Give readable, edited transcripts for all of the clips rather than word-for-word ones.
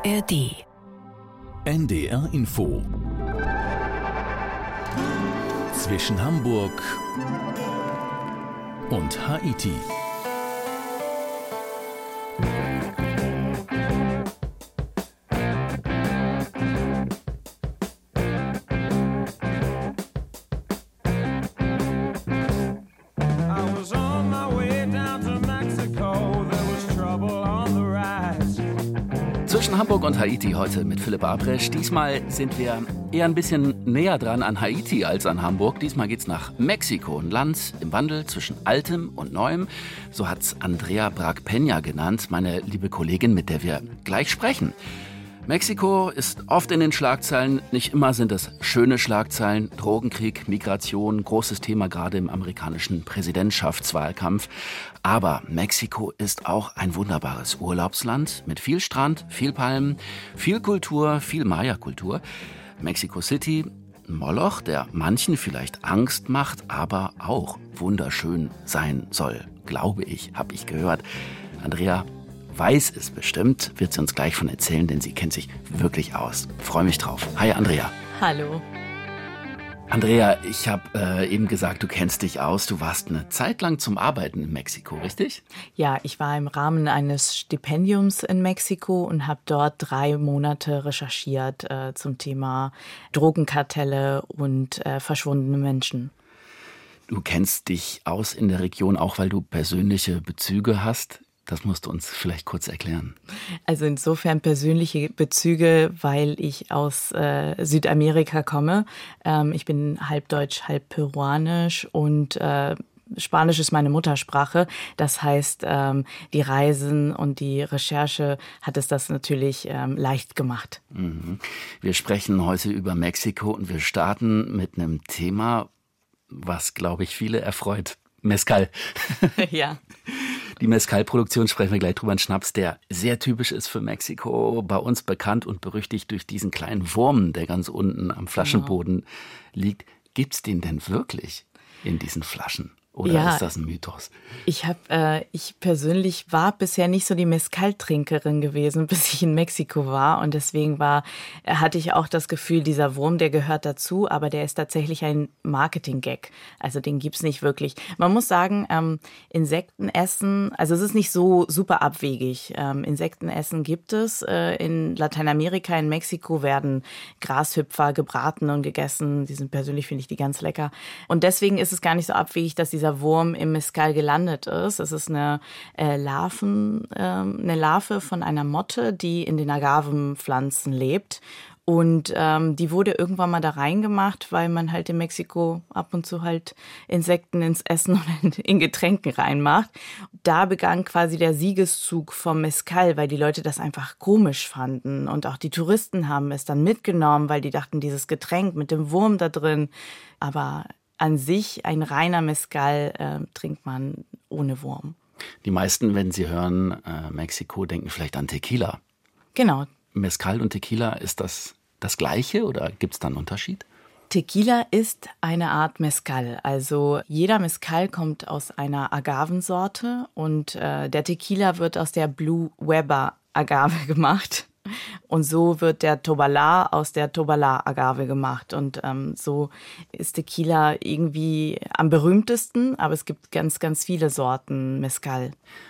ARD NDR Info zwischen Hamburg und Haiti. Zwischen Hamburg und Haiti heute mit Philipp Abresch. Diesmal sind wir eher ein bisschen näher dran an Haiti als an Hamburg. Diesmal geht's nach Mexiko, ein Land im Wandel zwischen Altem und Neuem. So hat's Andrea Brack-Peña genannt, meine liebe Kollegin, mit der wir gleich sprechen. Mexiko ist oft in den Schlagzeilen, nicht immer sind es schöne Schlagzeilen. Drogenkrieg, Migration, großes Thema gerade im amerikanischen Präsidentschaftswahlkampf. Aber Mexiko ist auch ein wunderbares Urlaubsland mit viel Strand, viel Palmen, viel Kultur, viel Maya-Kultur. Mexico City, ein Moloch, der manchen vielleicht Angst macht, aber auch wunderschön sein soll, glaube ich, habe ich gehört. Andrea weiß es bestimmt, wird sie uns gleich von erzählen, denn sie kennt sich wirklich aus. Freue mich drauf. Hi Andrea. Hallo. Andrea, ich habe eben gesagt, du kennst dich aus. Du warst eine Zeit lang zum Arbeiten in Mexiko, richtig? Ja, ich war im Rahmen eines Stipendiums in Mexiko und habe dort 3 Monate recherchiert zum Thema Drogenkartelle und verschwundene Menschen. Du kennst dich aus in der Region, auch weil du persönliche Bezüge hast. Das musst du uns vielleicht kurz erklären. Also insofern persönliche Bezüge, weil ich aus Südamerika komme. Ich bin halb deutsch, halb peruanisch und Spanisch ist meine Muttersprache. Das heißt, die Reisen und die Recherche hat es das natürlich leicht gemacht. Mhm. Wir sprechen heute über Mexiko und wir starten mit einem Thema, was, glaube ich, viele erfreut. Mezcal. Ja. Die Mezcal-Produktion, sprechen wir gleich drüber, ein Schnaps, der sehr typisch ist für Mexiko, bei uns bekannt und berüchtigt durch diesen kleinen Wurm, der ganz unten am Flaschenboden liegt. Gibt's den denn wirklich in diesen Flaschen? Oder ist das ein Mythos? Ich persönlich war bisher nicht so die Mezcal-Trinkerin gewesen, bis ich in Mexiko war. Und deswegen hatte ich auch das Gefühl, dieser Wurm, der gehört dazu, aber der ist tatsächlich ein Marketing-Gag. Also den gibt's nicht wirklich. Man muss sagen, Insektenessen, also es ist nicht so super abwegig. Insektenessen gibt es. In Lateinamerika, in Mexiko werden Grashüpfer gebraten und gegessen. Persönlich finde ich die ganz lecker. Und deswegen ist es gar nicht so abwegig, dass dieser Wurm im Mezcal gelandet ist. Es ist eine Larve von einer Motte, die in den Agavenpflanzen lebt. Und die wurde irgendwann mal da reingemacht, weil man halt in Mexiko ab und zu halt Insekten ins Essen oder in Getränken reinmacht. Da begann quasi der Siegeszug vom Mezcal, weil die Leute das einfach komisch fanden. Und auch die Touristen haben es dann mitgenommen, weil die dachten, dieses Getränk mit dem Wurm da drin. Aber an sich, ein reiner Mezcal trinkt man ohne Wurm. Die meisten, wenn sie hören Mexiko, denken vielleicht an Tequila. Genau. Mezcal und Tequila, ist das Gleiche oder gibt es da einen Unterschied? Tequila ist eine Art Mezcal. Also jeder Mezcal kommt aus einer Agavensorte und der Tequila wird aus der Blue Weber Agave gemacht. Und so wird der Tobalar aus der Tobalar-Agave gemacht. Und so ist Tequila irgendwie am berühmtesten, aber es gibt ganz, ganz viele Sorten Mezcal.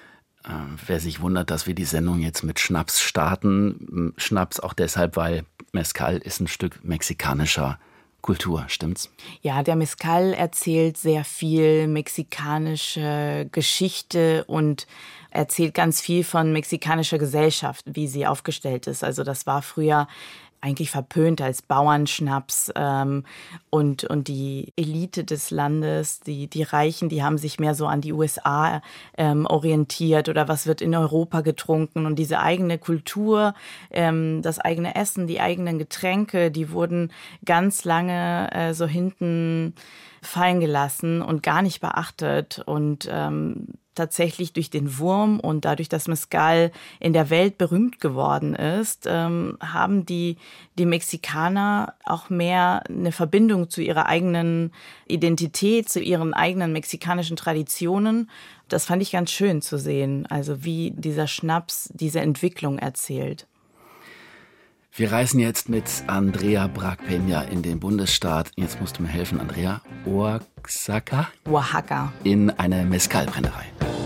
Wer sich wundert, dass wir die Sendung jetzt mit Schnaps starten, Schnaps auch deshalb, weil Mezcal ist ein Stück mexikanischer Kultur, stimmt's? Ja, der Mezcal erzählt sehr viel mexikanische Geschichte und erzählt ganz viel von mexikanischer Gesellschaft, wie sie aufgestellt ist. Also das war früher eigentlich verpönt als Bauernschnaps und die Elite des Landes, die Reichen, die haben sich mehr so an die USA orientiert oder was wird in Europa getrunken und diese eigene Kultur, das eigene Essen, die eigenen Getränke, die wurden ganz lange so hinten fallen gelassen und gar nicht beachtet und tatsächlich durch den Wurm und dadurch, dass Mezcal in der Welt berühmt geworden ist, haben die Mexikaner auch mehr eine Verbindung zu ihrer eigenen Identität, zu ihren eigenen mexikanischen Traditionen. Das fand ich ganz schön zu sehen, also wie dieser Schnaps diese Entwicklung erzählt. Wir reisen jetzt mit Andrea Brack-Peña in den Bundesstaat, jetzt musst du mir helfen, Andrea, Oaxaca? Oaxaca. In eine Mezcal-Brennerei.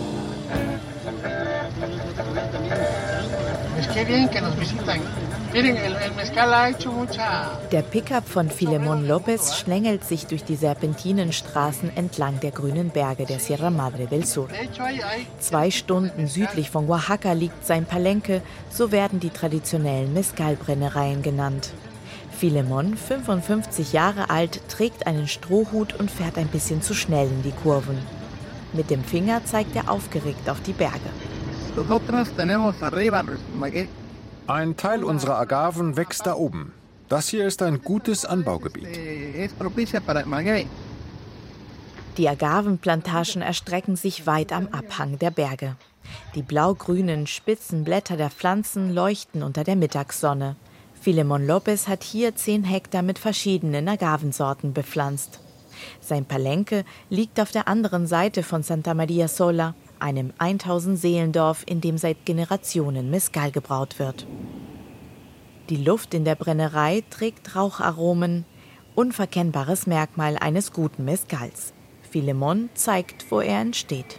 Der Pickup von Filemón López schlängelt sich durch die Serpentinenstraßen entlang der grünen Berge der Sierra Madre del Sur. 2 Stunden südlich von Oaxaca liegt sein Palenque, so werden die traditionellen Mezcal-Brennereien genannt. Filemón, 55 Jahre alt, trägt einen Strohhut und fährt ein bisschen zu schnell in die Kurven. Mit dem Finger zeigt er aufgeregt auf die Berge. Ein Teil unserer Agaven wächst da oben. Das hier ist ein gutes Anbaugebiet. Die Agavenplantagen erstrecken sich weit am Abhang der Berge. Die blau-grünen, spitzen Blätter der Pflanzen leuchten unter der Mittagssonne. Filemón López hat hier 10 Hektar mit verschiedenen Agavensorten bepflanzt. Sein Palenque liegt auf der anderen Seite von Santa María Sola, einem 1000-Seelendorf, in dem seit Generationen Mezcal gebraut wird. Die Luft in der Brennerei trägt Raucharomen, unverkennbares Merkmal eines guten Mezcals. Filemón zeigt, wo er entsteht.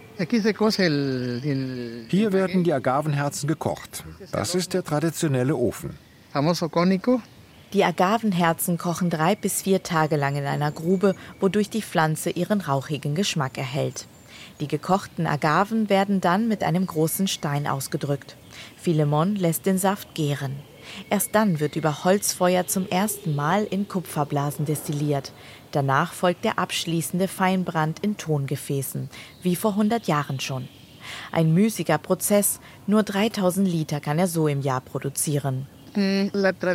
Hier werden die Agavenherzen gekocht. Das ist der traditionelle Ofen. Die Agavenherzen kochen 3 bis 4 Tage lang in einer Grube, wodurch die Pflanze ihren rauchigen Geschmack erhält. Die gekochten Agaven werden dann mit einem großen Stein ausgedrückt. Filemón lässt den Saft gären. Erst dann wird über Holzfeuer zum ersten Mal in Kupferblasen destilliert. Danach folgt der abschließende Feinbrand in Tongefäßen, wie vor 100 Jahren schon. Ein müßiger Prozess, nur 3000 Liter kann er so im Jahr produzieren. Die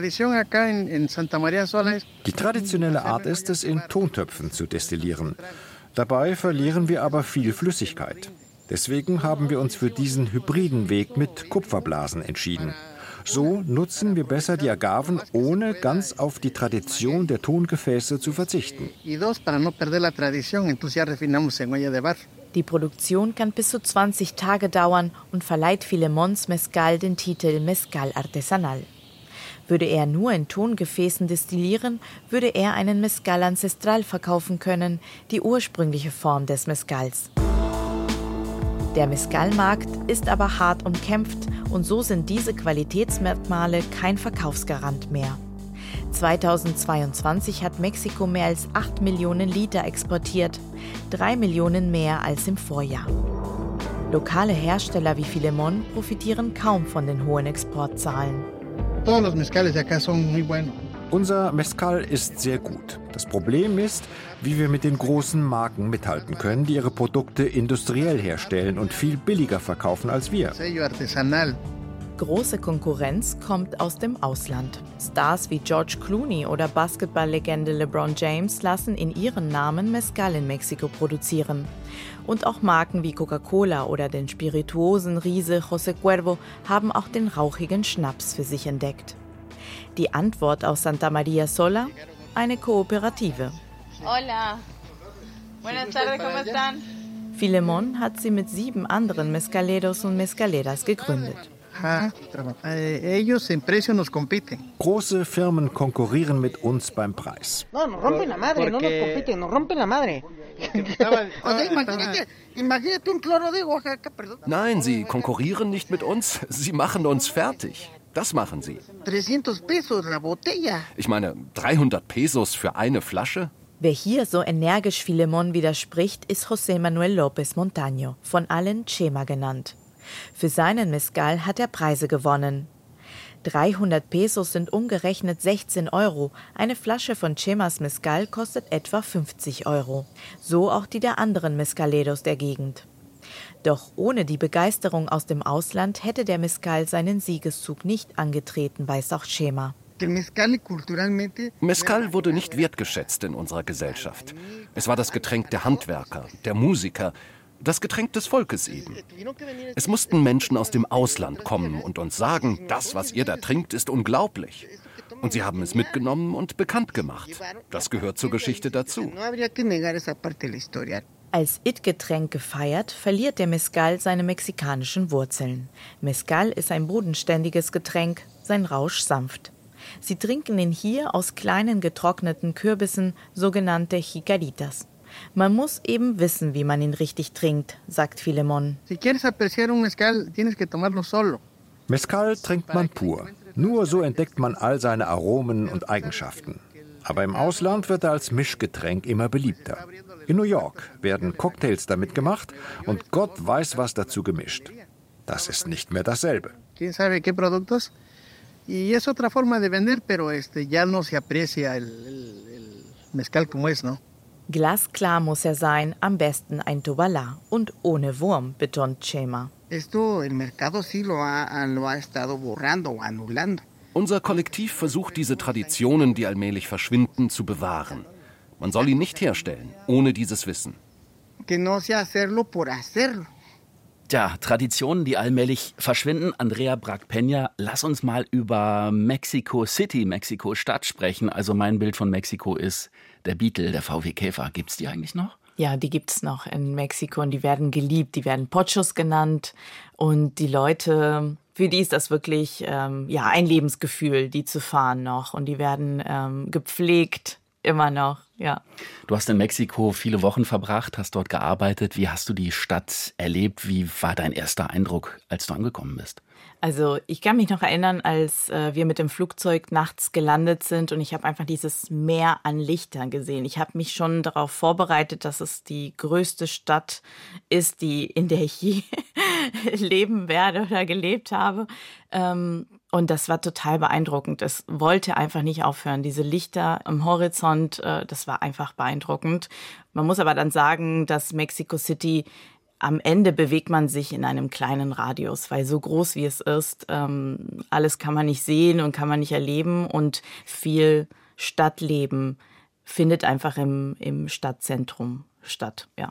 traditionelle Art ist es, in Tontöpfen zu destillieren. Dabei verlieren wir aber viel Flüssigkeit. Deswegen haben wir uns für diesen hybriden Weg mit Kupferblasen entschieden. So nutzen wir besser die Agaven, ohne ganz auf die Tradition der Tongefäße zu verzichten. Die Produktion kann bis zu 20 Tage dauern und verleiht Filemóns Mezcal den Titel Mezcal Artesanal. Würde er nur in Tongefäßen destillieren, würde er einen Mezcal Ancestral verkaufen können, die ursprüngliche Form des Mezcals. Der Mezcalmarkt ist aber hart umkämpft und so sind diese Qualitätsmerkmale kein Verkaufsgarant mehr. 2022 hat Mexiko mehr als 8 Millionen Liter exportiert, 3 Millionen mehr als im Vorjahr. Lokale Hersteller wie Filemón profitieren kaum von den hohen Exportzahlen. Unser Mezcal ist sehr gut. Das Problem ist, wie wir mit den großen Marken mithalten können, die ihre Produkte industriell herstellen und viel billiger verkaufen als wir. Große Konkurrenz kommt aus dem Ausland. Stars wie George Clooney oder Basketballlegende LeBron James lassen in ihren Namen Mezcal in Mexiko produzieren. Und auch Marken wie Coca-Cola oder den spirituosen Riese José Cuervo haben auch den rauchigen Schnaps für sich entdeckt. Die Antwort aus Santa María Sola? Eine Kooperative. Hola. Buenas tardes, ¿cómo están? Filemón hat sie mit 7 anderen Mezcaleros und Mezcaleras gegründet. Große Firmen konkurrieren mit uns beim Preis. Nein, sie konkurrieren nicht mit uns, sie machen uns fertig. Das machen sie. Ich meine, 300 Pesos für eine Flasche? Wer hier so energisch Filemón widerspricht, ist José Manuel López Montaño, von allen Chema genannt. Für seinen Mezcal hat er Preise gewonnen. 300 Pesos sind umgerechnet 16 Euro. Eine Flasche von Chemas Mezcal kostet etwa 50 Euro. So auch die der anderen Mezcaleros der Gegend. Doch ohne die Begeisterung aus dem Ausland hätte der Mezcal seinen Siegeszug nicht angetreten, weiß auch Chema. Mezcal wurde nicht wertgeschätzt in unserer Gesellschaft. Es war das Getränk der Handwerker, der Musiker, das Getränk des Volkes eben. Es mussten Menschen aus dem Ausland kommen und uns sagen, das, was ihr da trinkt, ist unglaublich. Und sie haben es mitgenommen und bekannt gemacht. Das gehört zur Geschichte dazu. Als It-Getränk gefeiert, verliert der Mezcal seine mexikanischen Wurzeln. Mezcal ist ein bodenständiges Getränk, sein Rausch sanft. Sie trinken ihn hier aus kleinen getrockneten Kürbissen, sogenannte Jicaritas. Man muss eben wissen, wie man ihn richtig trinkt, sagt Filemón. Mezcal trinkt man pur. Nur so entdeckt man all seine Aromen und Eigenschaften. Aber im Ausland wird er als Mischgetränk immer beliebter. In New York werden Cocktails damit gemacht und Gott weiß, was dazu gemischt. Das ist nicht mehr dasselbe. Glasklar muss er sein, am besten ein Tobalá und ohne Wurm, betont Chema. Unser Kollektiv versucht, diese Traditionen, die allmählich verschwinden, zu bewahren. Man soll ihn nicht herstellen, ohne dieses Wissen. Tja, Traditionen, die allmählich verschwinden. Andrea Brack-Peña, lass uns mal über Mexico City, Mexiko-Stadt sprechen. Also mein Bild von Mexiko ist der Beetle, der VW Käfer. Gibt's die eigentlich noch? Ja, die gibt's noch in Mexiko und die werden geliebt. Die werden Pochos genannt und die Leute, für die ist das wirklich ein Lebensgefühl, die zu fahren noch. Und die werden gepflegt, immer noch, ja. Du hast in Mexiko viele Wochen verbracht, hast dort gearbeitet. Wie hast du die Stadt erlebt? Wie war dein erster Eindruck, als du angekommen bist? Also ich kann mich noch erinnern, als wir mit dem Flugzeug nachts gelandet sind und ich habe einfach dieses Meer an Lichtern gesehen. Ich habe mich schon darauf vorbereitet, dass es die größte Stadt ist, in der ich je leben werde oder gelebt habe. Und das war total beeindruckend. Es wollte einfach nicht aufhören. Diese Lichter am Horizont, das war einfach beeindruckend. Man muss aber dann sagen, dass Mexico City, am Ende bewegt man sich in einem kleinen Radius, weil so groß wie es ist, alles kann man nicht sehen und kann man nicht erleben. Und viel Stadtleben findet einfach im Stadtzentrum statt, ja.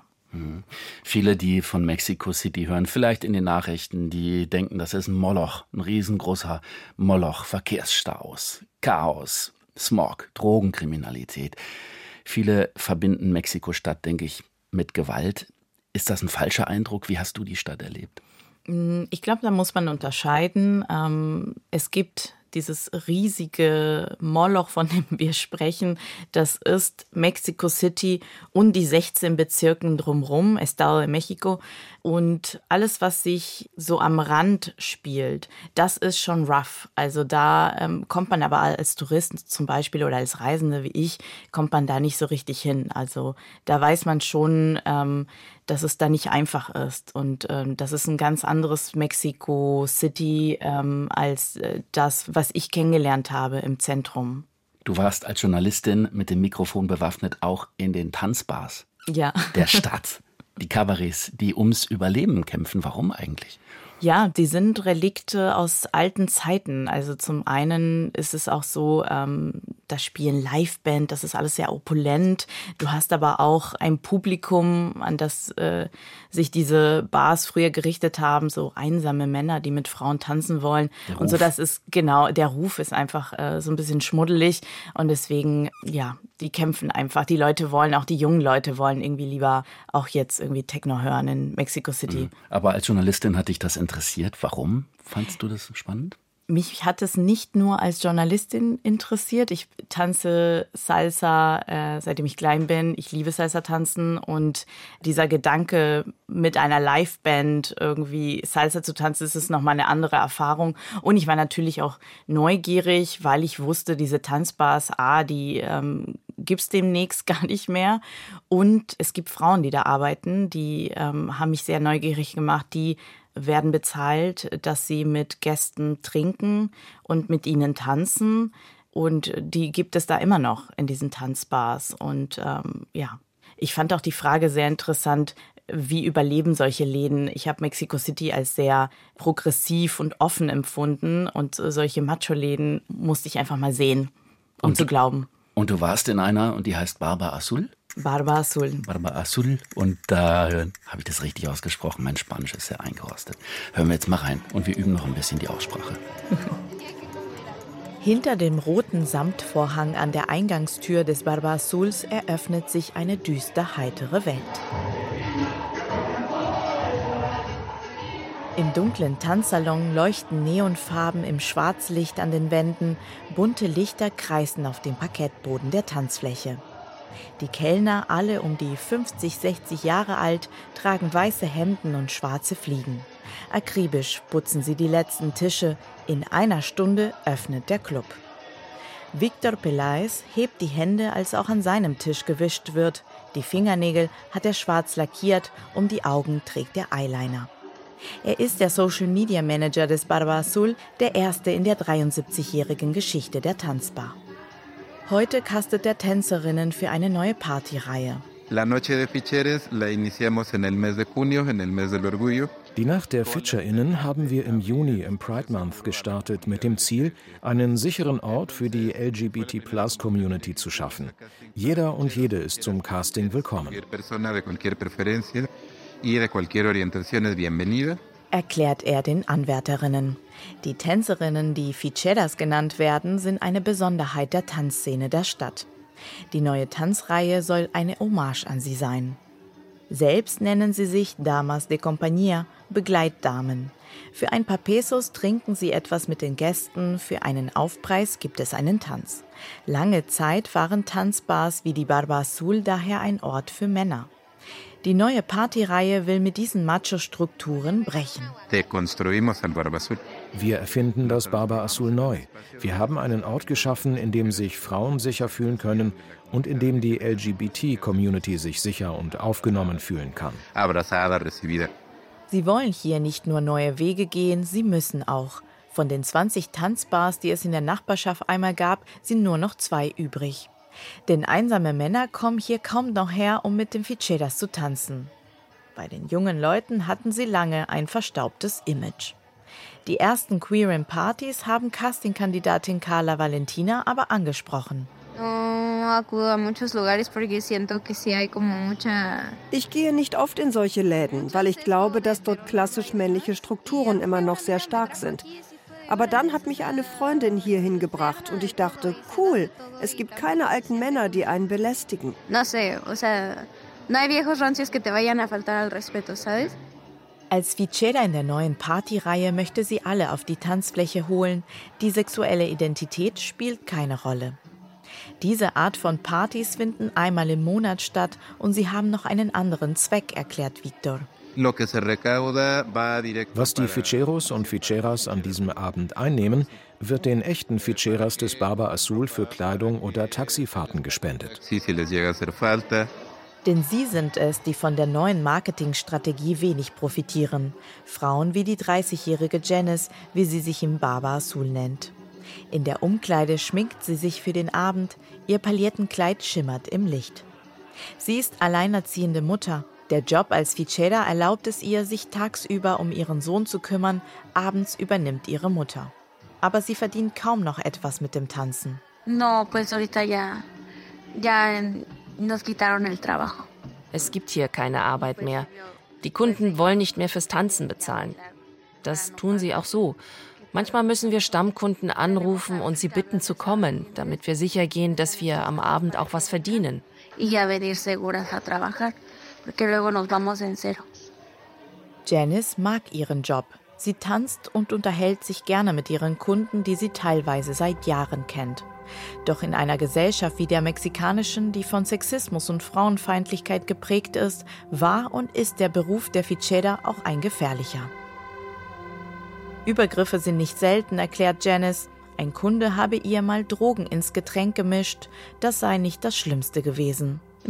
Viele, die von Mexico City hören, vielleicht in den Nachrichten, die denken, das ist ein Moloch, ein riesengroßer Moloch, Verkehrsstaus, Chaos, Smog, Drogenkriminalität. Viele verbinden Mexiko-Stadt, denke ich, mit Gewalt. Ist das ein falscher Eindruck? Wie hast du die Stadt erlebt? Ich glaube, da muss man unterscheiden. Es gibt dieses riesige Moloch, von dem wir sprechen, das ist Mexico City und die 16 Bezirken drumherum, Estado de México. Und alles, was sich so am Rand spielt, das ist schon rough. Also da kommt man aber als Tourist zum Beispiel oder als Reisende wie ich, kommt man da nicht so richtig hin. Also da weiß man schon, dass es da nicht einfach ist. Und das ist ein ganz anderes Mexico City als das, was ich kennengelernt habe im Zentrum. Du warst als Journalistin mit dem Mikrofon bewaffnet auch in den Tanzbars der Stadt. Die Kabarets, die ums Überleben kämpfen. Warum eigentlich? Ja, die sind Relikte aus alten Zeiten. Also zum einen ist es auch so, da spielen Liveband, das ist alles sehr opulent. Du hast aber auch ein Publikum, an das sich diese Bars früher gerichtet haben, so einsame Männer, die mit Frauen tanzen wollen. Und so, das ist genau, der Ruf ist einfach so ein bisschen schmuddelig und deswegen, ja, die kämpfen einfach. Die Leute wollen, auch die jungen Leute wollen irgendwie lieber auch jetzt irgendwie Techno hören in Mexico City. Aber als Journalistin hat dich das interessiert. Warum fandst du das spannend? Mich hat es nicht nur als Journalistin interessiert. Ich tanze Salsa, seitdem ich klein bin. Ich liebe Salsa-Tanzen und dieser Gedanke, mit einer Liveband irgendwie Salsa zu tanzen, das ist nochmal eine andere Erfahrung. Und ich war natürlich auch neugierig, weil ich wusste, diese Tanzbars, die gibt's demnächst gar nicht mehr. Und es gibt Frauen, die da arbeiten, die haben mich sehr neugierig gemacht, die werden bezahlt, dass sie mit Gästen trinken und mit ihnen tanzen. Und die gibt es da immer noch in diesen Tanzbars. Und ich fand auch die Frage sehr interessant, wie überleben solche Läden? Ich habe Mexico City als sehr progressiv und offen empfunden. Und solche Macho-Läden musste ich einfach mal sehen, um zu glauben. Und du warst in einer, und die heißt Barba Azul? Barba Azul. Barba Azul. Und da habe ich das richtig ausgesprochen. Mein Spanisch ist sehr eingerostet. Hören wir jetzt mal rein und wir üben noch ein bisschen die Aussprache. Hinter dem roten Samtvorhang an der Eingangstür des Barba Azuls eröffnet sich eine düster heitere Welt. Im dunklen Tanzsalon leuchten Neonfarben im Schwarzlicht an den Wänden, bunte Lichter kreisen auf dem Parkettboden der Tanzfläche. Die Kellner, alle um die 50, 60 Jahre alt, tragen weiße Hemden und schwarze Fliegen. Akribisch putzen sie die letzten Tische. In einer Stunde öffnet der Club. Victor Peláez hebt die Hände, als auch an seinem Tisch gewischt wird. Die Fingernägel hat er schwarz lackiert, um die Augen trägt er Eyeliner. Er ist der Social Media Manager des Barba Azul, der erste in der 73-jährigen Geschichte der Tanzbar. Heute castet er Tänzerinnen für eine neue Partyreihe. Die Nacht der FitscherInnen haben wir im Juni im Pride Month gestartet, mit dem Ziel, einen sicheren Ort für die LGBT+-Community zu schaffen. Jeder und jede ist zum Casting willkommen. Erklärt er den Anwärterinnen. Die Tänzerinnen, die Ficheras genannt werden, sind eine Besonderheit der Tanzszene der Stadt. Die neue Tanzreihe soll eine Hommage an sie sein. Selbst nennen sie sich Damas de Compañía, Begleitdamen. Für ein paar Pesos trinken sie etwas mit den Gästen, für einen Aufpreis gibt es einen Tanz. Lange Zeit waren Tanzbars wie die Barba Azul daher ein Ort für Männer. Die neue Partyreihe will mit diesen Macho-Strukturen brechen. Wir erfinden das Barba Azul neu. Wir haben einen Ort geschaffen, in dem sich Frauen sicher fühlen können und in dem die LGBT-Community sich sicher und aufgenommen fühlen kann. Sie wollen hier nicht nur neue Wege gehen, sie müssen auch. Von den 20 Tanzbars, die es in der Nachbarschaft einmal gab, sind nur noch 2 übrig. Denn einsame Männer kommen hier kaum noch her, um mit den Ficheras zu tanzen. Bei den jungen Leuten hatten sie lange ein verstaubtes Image. Die ersten queeren Partys haben Castingkandidatin Carla Valentina aber angesprochen. Ich gehe nicht oft in solche Läden, weil ich glaube, dass dort klassisch männliche Strukturen immer noch sehr stark sind. Aber dann hat mich eine Freundin hierhin gebracht und ich dachte, cool, es gibt keine alten Männer, die einen belästigen. Als Fichera in der neuen Partyreihe möchte sie alle auf die Tanzfläche holen. Die sexuelle Identität spielt keine Rolle. Diese Art von Partys finden einmal im Monat statt und sie haben noch einen anderen Zweck, erklärt Victor. Was die Ficheros und Ficheras an diesem Abend einnehmen, wird den echten Ficheras des Barba Azul für Kleidung oder Taxifahrten gespendet. Denn sie sind es, die von der neuen Marketingstrategie wenig profitieren. Frauen wie die 30-jährige Janice, wie sie sich im Barba Azul nennt. In der Umkleide schminkt sie sich für den Abend, ihr Paillettenkleid schimmert im Licht. Sie ist alleinerziehende Mutter. Der Job als Fichera erlaubt es ihr, sich tagsüber um ihren Sohn zu kümmern, abends übernimmt ihre Mutter. Aber sie verdient kaum noch etwas mit dem Tanzen. Es gibt hier keine Arbeit mehr. Die Kunden wollen nicht mehr fürs Tanzen bezahlen. Das tun sie auch so. Manchmal müssen wir Stammkunden anrufen und sie bitten zu kommen, damit wir sicher gehen, dass wir am Abend auch was verdienen. Janice mag ihren Job. Sie tanzt und unterhält sich gerne mit ihren Kunden, die sie teilweise seit Jahren kennt. Doch in einer Gesellschaft wie der mexikanischen, die von Sexismus und Frauenfeindlichkeit geprägt ist, war und ist der Beruf der Fichera auch ein gefährlicher. Übergriffe sind nicht selten, erklärt Janice. Ein Kunde habe ihr mal Drogen ins Getränk gemischt. Das sei nicht das Schlimmste gewesen. Ich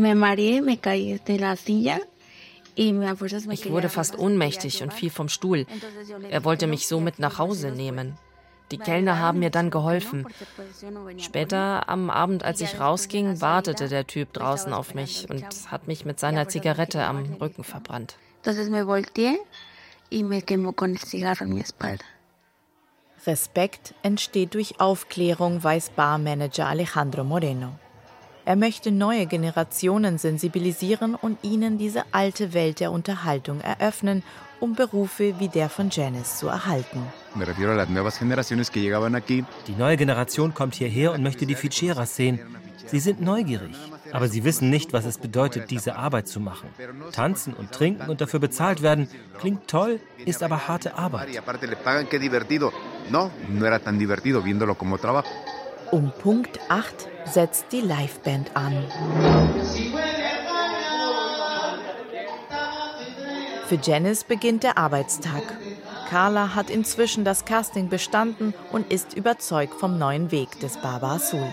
wurde fast ohnmächtig und fiel vom Stuhl. Er wollte mich so mit nach Hause nehmen. Die Kellner haben mir dann geholfen. Später am Abend, als ich rausging, wartete der Typ draußen auf mich und hat mich mit seiner Zigarette am Rücken verbrannt. Respekt entsteht durch Aufklärung, weiß Barmanager Alejandro Moreno. Er möchte neue Generationen sensibilisieren und ihnen diese alte Welt der Unterhaltung eröffnen, um Berufe wie der von Janice zu erhalten. Die neue Generation kommt hierher und möchte die Ficheras sehen. Sie sind neugierig. aber sie wissen nicht, was es bedeutet, diese Arbeit zu machen. Tanzen und trinken und dafür bezahlt werden, klingt toll, ist aber harte Arbeit. Um Punkt 8 setzt die Liveband an. Für Janice beginnt der Arbeitstag. Carla hat inzwischen das Casting bestanden und ist überzeugt vom neuen Weg des Baba Azul.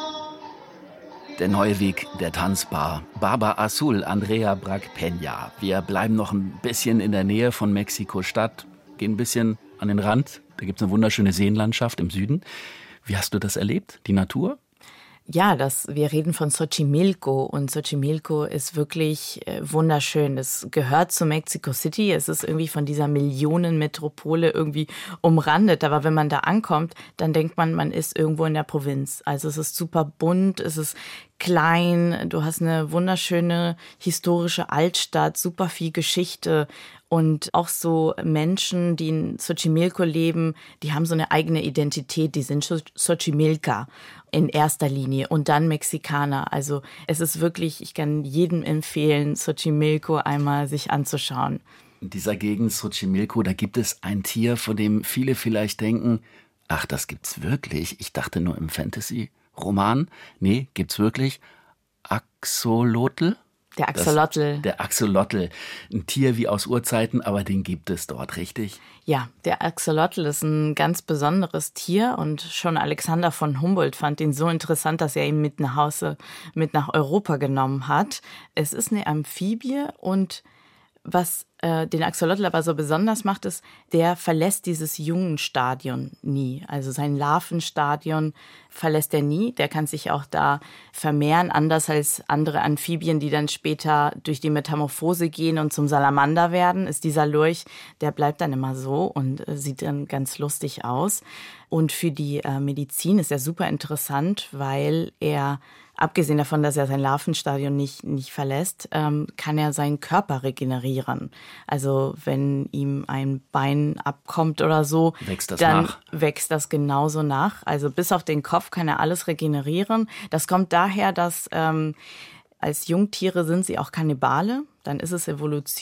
Der neue Weg der Tanzbar. Baba Azul, Andrea Brack-Peña. Wir bleiben noch ein bisschen in der Nähe von Mexiko-Stadt, gehen ein bisschen an den Rand. Da gibt es eine wunderschöne Seenlandschaft im Süden. Wie hast du das erlebt, die Natur? Ja, wir reden von Xochimilco und Xochimilco ist wirklich wunderschön. Es gehört zu Mexico City. Es ist irgendwie von dieser Millionenmetropole irgendwie umrandet. Aber wenn man da ankommt, dann denkt man, man ist irgendwo in der Provinz. Also es ist super bunt, es ist klein, du hast eine wunderschöne historische Altstadt, super viel Geschichte. Und auch so Menschen, die in Xochimilco leben, die haben so eine eigene Identität, die sind Xochimilca in erster Linie und dann Mexikaner. Also es ist wirklich, ich kann jedem empfehlen, Xochimilco einmal sich anzuschauen. In dieser Gegend Xochimilco, da gibt es ein Tier, von dem viele vielleicht denken, ach, das gibt's wirklich. Ich dachte nur im Fantasy-Roman. Nee, gibt's wirklich. Axolotl? Der Axolotl. Der Axolotl. Ein Tier wie aus Urzeiten, aber den gibt es dort, richtig? Ja, der Axolotl ist ein ganz besonderes Tier und schon Alexander von Humboldt fand ihn so interessant, dass er ihn mit nach Europa genommen hat. Es ist eine Amphibie und was den Axolotl aber so besonders macht, ist, der verlässt dieses Jungenstadion nie. Also sein Larvenstadion verlässt er nie. Der kann sich auch da vermehren, anders als andere Amphibien, die dann später durch die Metamorphose gehen und zum Salamander werden. Ist dieser Lurch, der bleibt dann immer so und sieht dann ganz lustig aus. Und für die Medizin ist er super interessant, weil er, abgesehen davon, dass er sein Larvenstadion nicht verlässt, kann er seinen Körper regenerieren. Also wenn ihm ein Bein abkommt oder so, wächst das genauso nach. Also bis auf den Kopf kann er alles regenerieren. Das kommt daher, dass als Jungtiere sind sie auch Kannibale. Dann ist es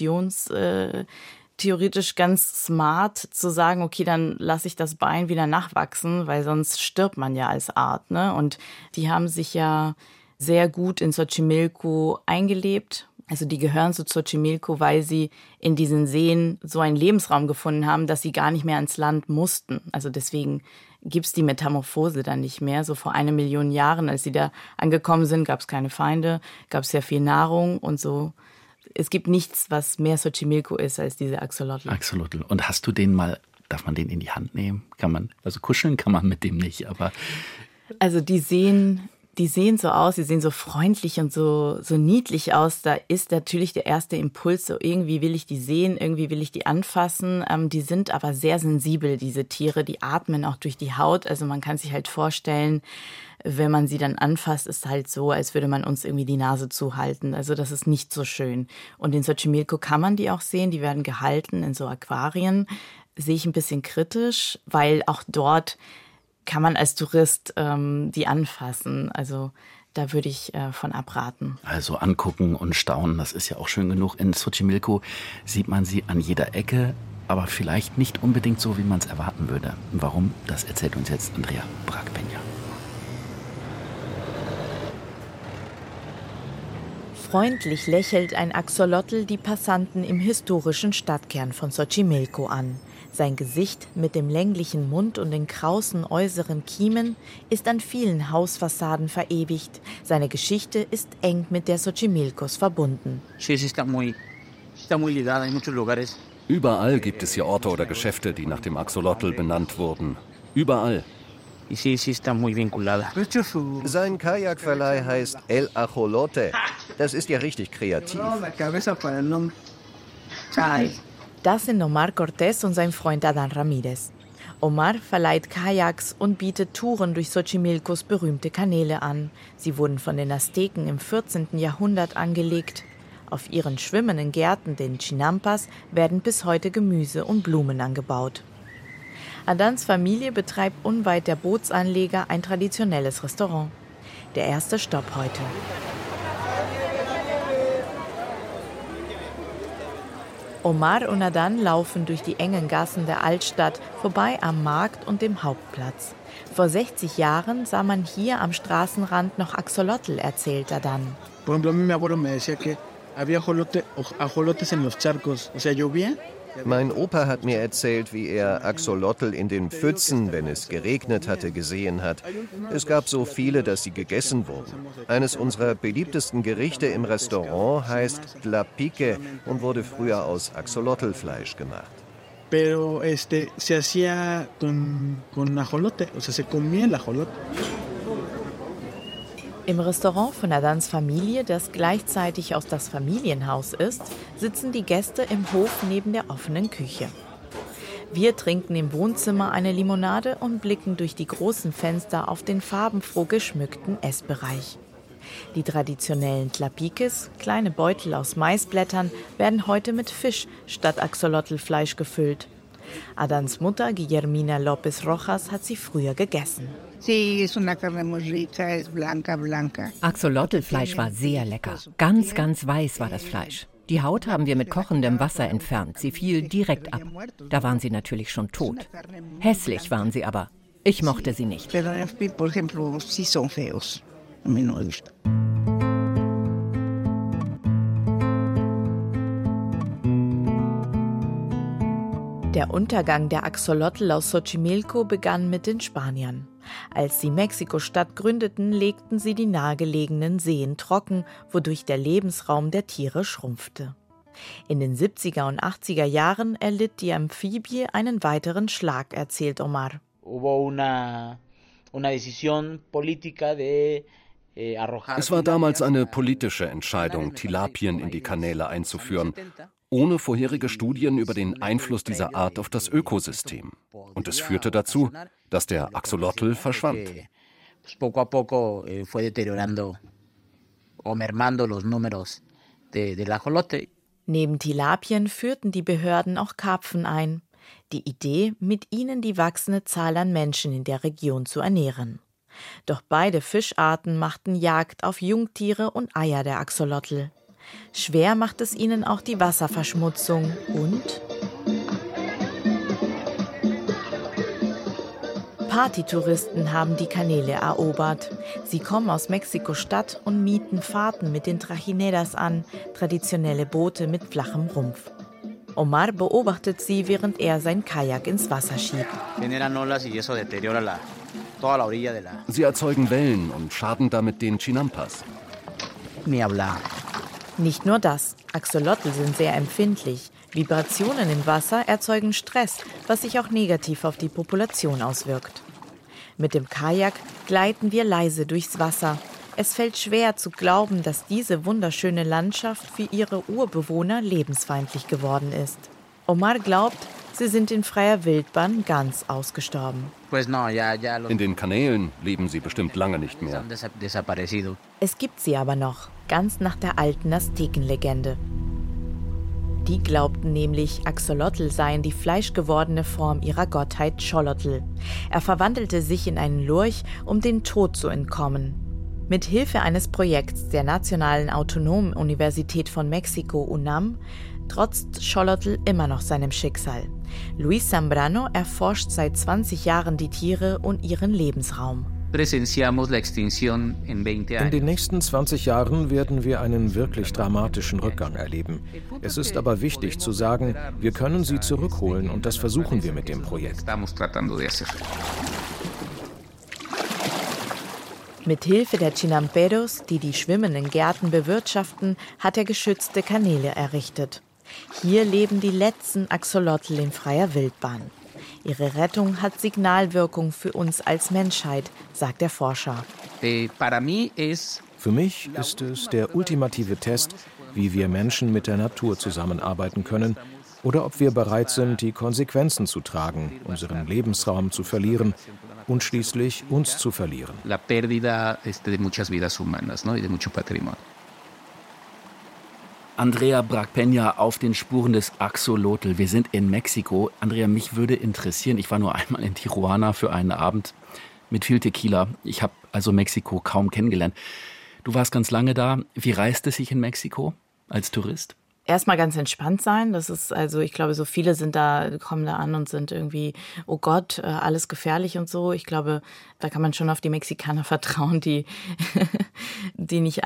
theoretisch ganz smart zu sagen, okay, dann lasse ich das Bein wieder nachwachsen, weil sonst stirbt man ja als Art, ne? Und die haben sich ja sehr gut in Xochimilco eingelebt. Also die gehören zu Xochimilco, weil sie in diesen Seen so einen Lebensraum gefunden haben, dass sie gar nicht mehr ans Land mussten. Also deswegen gibt's die Metamorphose dann nicht mehr. So vor 1 Million Jahren, als sie da angekommen sind, gab's keine Feinde, gab's sehr viel Nahrung und so. Es gibt nichts, was mehr Xochimilco ist als diese Axolotl. Axolotl. Und hast du den mal, darf man den in die Hand nehmen? Also kuscheln kann man mit dem nicht, aber... Also die sehen so aus, die sehen so freundlich und so niedlich aus. Da ist natürlich der erste Impuls, so irgendwie will ich die sehen, irgendwie will ich die anfassen. Die sind aber sehr sensibel, diese Tiere. Die atmen auch durch die Haut. Also man kann sich halt vorstellen, wenn man sie dann anfasst, ist halt so, als würde man uns irgendwie die Nase zuhalten. Also das ist nicht so schön. Und in Xochimilco kann man die auch sehen. Die werden gehalten in so Aquarien. Sehe ich ein bisschen kritisch, weil auch dort kann man als Tourist die anfassen. Also da würde ich von abraten. Also angucken und staunen, das ist ja auch schön genug. In Xochimilco sieht man sie an jeder Ecke, aber vielleicht nicht unbedingt so, wie man es erwarten würde. Warum? Das erzählt uns jetzt Andrea Brack-Peña. Freundlich lächelt ein Axolotl die Passanten im historischen Stadtkern von Xochimilco an. Sein Gesicht mit dem länglichen Mund und den krausen äußeren Kiemen ist an vielen Hausfassaden verewigt. Seine Geschichte ist eng mit der Xochimilcos verbunden. Überall gibt es hier Orte oder Geschäfte, die nach dem Axolotl benannt wurden. Überall. Sein Kajakverleih heißt El Ajolote. Das ist ja richtig kreativ. Das sind Omar Cortés und sein Freund Adán Ramírez. Omar verleiht Kajaks und bietet Touren durch Xochimilcos berühmte Kanäle an. Sie wurden von den Azteken im 14. Jahrhundert angelegt. Auf ihren schwimmenden Gärten, den Chinampas, werden bis heute Gemüse und Blumen angebaut. Adans Familie betreibt unweit der Bootsanleger ein traditionelles Restaurant. Der erste Stopp heute. Omar und Adán laufen durch die engen Gassen der Altstadt, vorbei am Markt und dem Hauptplatz. Vor 60 Jahren sah man hier am Straßenrand noch Axolotl, erzählt Adán. Mein Opa hat mir erzählt, wie er Axolotl in den Pfützen, wenn es geregnet hatte, gesehen hat. Es gab so viele, dass sie gegessen wurden. Eines unserer beliebtesten Gerichte im Restaurant heißt Tlapique und wurde früher aus Axolotlfleisch gemacht. Pero se hacía con ajolote, o sea, se comía el ajolote. Im Restaurant von Adáns Familie, das gleichzeitig auch das Familienhaus ist, sitzen die Gäste im Hof neben der offenen Küche. Wir trinken im Wohnzimmer eine Limonade und blicken durch die großen Fenster auf den farbenfroh geschmückten Essbereich. Die traditionellen Tlapiques, kleine Beutel aus Maisblättern, werden heute mit Fisch statt Axolotlfleisch gefüllt. Adáns Mutter, Guillermina López Rojas, hat sie früher gegessen. Axolotlfleisch war sehr lecker. Ganz, ganz weiß war das Fleisch. Die Haut haben wir mit kochendem Wasser entfernt. Sie fiel direkt ab. Da waren sie natürlich schon tot. Hässlich waren sie aber. Ich mochte sie nicht. Der Untergang der Axolotl aus Xochimilco begann mit den Spaniern. Als sie Mexiko-Stadt gründeten, legten sie die nahegelegenen Seen trocken, wodurch der Lebensraum der Tiere schrumpfte. In den 70er und 80er Jahren erlitt die Amphibie einen weiteren Schlag, erzählt Omar. Es war damals eine politische Entscheidung, Tilapien in die Kanäle einzuführen, ohne vorherige Studien über den Einfluss dieser Art auf das Ökosystem. Und es führte dazu, dass der Axolotl verschwand. Neben Tilapien führten die Behörden auch Karpfen ein. Die Idee, mit ihnen die wachsende Zahl an Menschen in der Region zu ernähren. Doch beide Fischarten machten Jagd auf Jungtiere und Eier der Axolotl. Schwer macht es ihnen auch die Wasserverschmutzung und Partytouristen haben die Kanäle erobert. Sie kommen aus Mexiko-Stadt und mieten Fahrten mit den Trajineras an, traditionelle Boote mit flachem Rumpf. Omar beobachtet sie, während er sein Kajak ins Wasser schiebt. Sie erzeugen Wellen und schaden damit den Chinampas. Nicht nur das, Axolotl sind sehr empfindlich. Vibrationen im Wasser erzeugen Stress, was sich auch negativ auf die Population auswirkt. Mit dem Kajak gleiten wir leise durchs Wasser. Es fällt schwer zu glauben, dass diese wunderschöne Landschaft für ihre Urbewohner lebensfeindlich geworden ist. Omar glaubt, sie sind in freier Wildbahn ganz ausgestorben. In den Kanälen leben sie bestimmt lange nicht mehr. Es gibt sie aber noch, ganz nach der alten Aztekenlegende. Die glaubten nämlich, Axolotl seien die fleischgewordene Form ihrer Gottheit Xolotl. Er verwandelte sich in einen Lurch, um dem Tod zu entkommen. Mit Hilfe eines Projekts der Nationalen Autonomen Universität von Mexiko, UNAM, trotzt Xolotl immer noch seinem Schicksal. Luis Zambrano erforscht seit 20 Jahren die Tiere und ihren Lebensraum. In den nächsten 20 Jahren werden wir einen wirklich dramatischen Rückgang erleben. Es ist aber wichtig zu sagen, wir können sie zurückholen und das versuchen wir mit dem Projekt. Mit Hilfe der Chinamperos, die die schwimmenden Gärten bewirtschaften, hat er geschützte Kanäle errichtet. Hier leben die letzten Axolotl in freier Wildbahn. Ihre Rettung hat Signalwirkung für uns als Menschheit, sagt der Forscher. Für mich ist es der ultimative Test, wie wir Menschen mit der Natur zusammenarbeiten können oder ob wir bereit sind, die Konsequenzen zu tragen, unseren Lebensraum zu verlieren und schließlich uns zu verlieren. Andrea Bragpeña auf den Spuren des Axolotl. Wir sind in Mexiko. Andrea, mich würde interessieren, ich war nur einmal in Tijuana für einen Abend mit viel Tequila. Ich habe also Mexiko kaum kennengelernt. Du warst ganz lange da. Wie reist es sich in Mexiko als Tourist? erstmal ganz entspannt sein. Das ist also, ich glaube, so viele kommen da an und sind irgendwie, oh Gott, alles gefährlich und so. Ich glaube, da kann man schon auf die Mexikaner vertrauen, die nicht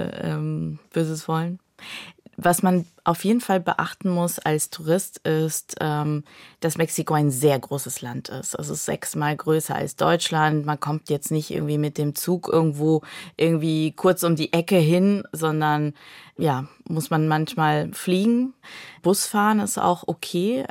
alle Böses wollen. Was man auf jeden Fall beachten muss als Tourist ist, dass Mexiko ein sehr großes Land ist. Also es ist 6-mal größer als Deutschland. Man kommt jetzt nicht irgendwie mit dem Zug irgendwo irgendwie kurz um die Ecke hin, sondern ja, muss man manchmal fliegen. Busfahren ist auch okay.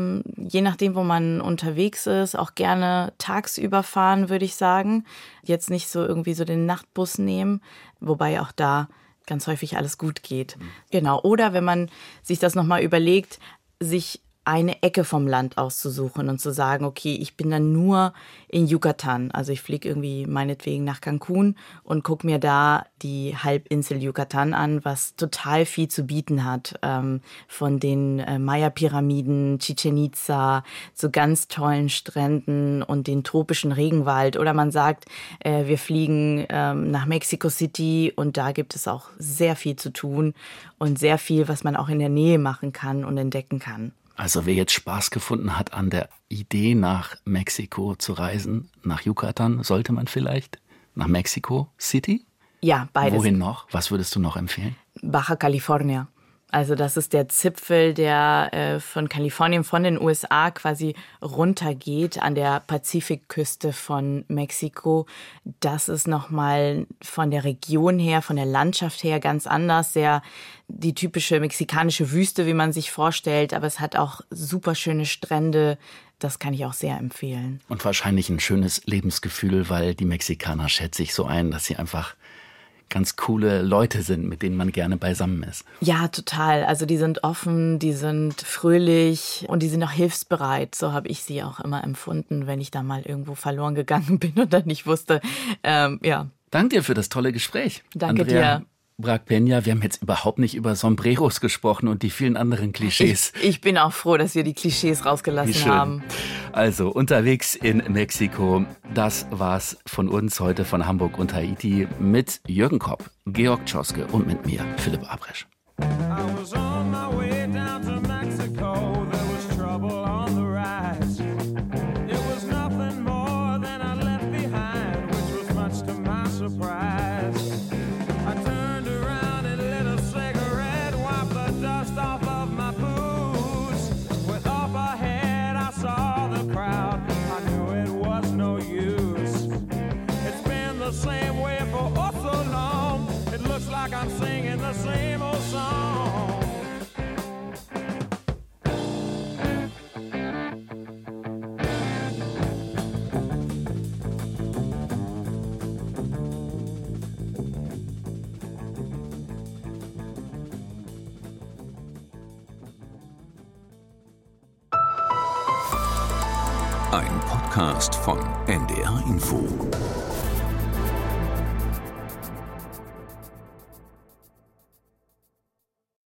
Je nachdem, wo man unterwegs ist, auch gerne tagsüber fahren, würde ich sagen. Jetzt nicht so irgendwie so den Nachtbus nehmen, wobei auch da ganz häufig alles gut geht. Genau. Oder wenn man sich das nochmal überlegt, sich eine Ecke vom Land auszusuchen und zu sagen, okay, ich bin dann nur in Yucatan. Also ich fliege irgendwie meinetwegen nach Cancun und gucke mir da die Halbinsel Yucatan an, was total viel zu bieten hat. Von den Maya-Pyramiden, Chichen Itza, zu ganz tollen Stränden und den tropischen Regenwald. Oder man sagt, wir fliegen nach Mexico City und da gibt es auch sehr viel zu tun und sehr viel, was man auch in der Nähe machen kann und entdecken kann. Also wer jetzt Spaß gefunden hat an der Idee, nach Mexiko zu reisen, nach Yucatan, sollte man vielleicht nach Mexico City? Ja, beides. Wohin noch? Was würdest du noch empfehlen? Baja California. Also das ist der Zipfel, der von Kalifornien, von den USA quasi runtergeht an der Pazifikküste von Mexiko. Das ist nochmal von der Region her, von der Landschaft her ganz anders. Sehr die typische mexikanische Wüste, wie man sich vorstellt. Aber es hat auch super schöne Strände. Das kann ich auch sehr empfehlen. Und wahrscheinlich ein schönes Lebensgefühl, weil die Mexikaner schätze ich so ein, dass sie einfach ganz coole Leute sind, mit denen man gerne beisammen ist. Ja, total. Also die sind offen, die sind fröhlich und die sind auch hilfsbereit. So habe ich sie auch immer empfunden, wenn ich da mal irgendwo verloren gegangen bin und dann nicht wusste. Ja. Danke dir für das tolle Gespräch. Danke Andrea dir. Brack-Peña, wir haben jetzt überhaupt nicht über Sombreros gesprochen und die vielen anderen Klischees. Ich bin auch froh, dass wir die Klischees rausgelassen haben. Also unterwegs in Mexiko, das war's von uns heute von Hamburg und Haiti mit Jürgen Kopp, Georg Tschoske und mit mir, Philipp Abresch. I'm singing the same old song. Ein Podcast von NDR Info.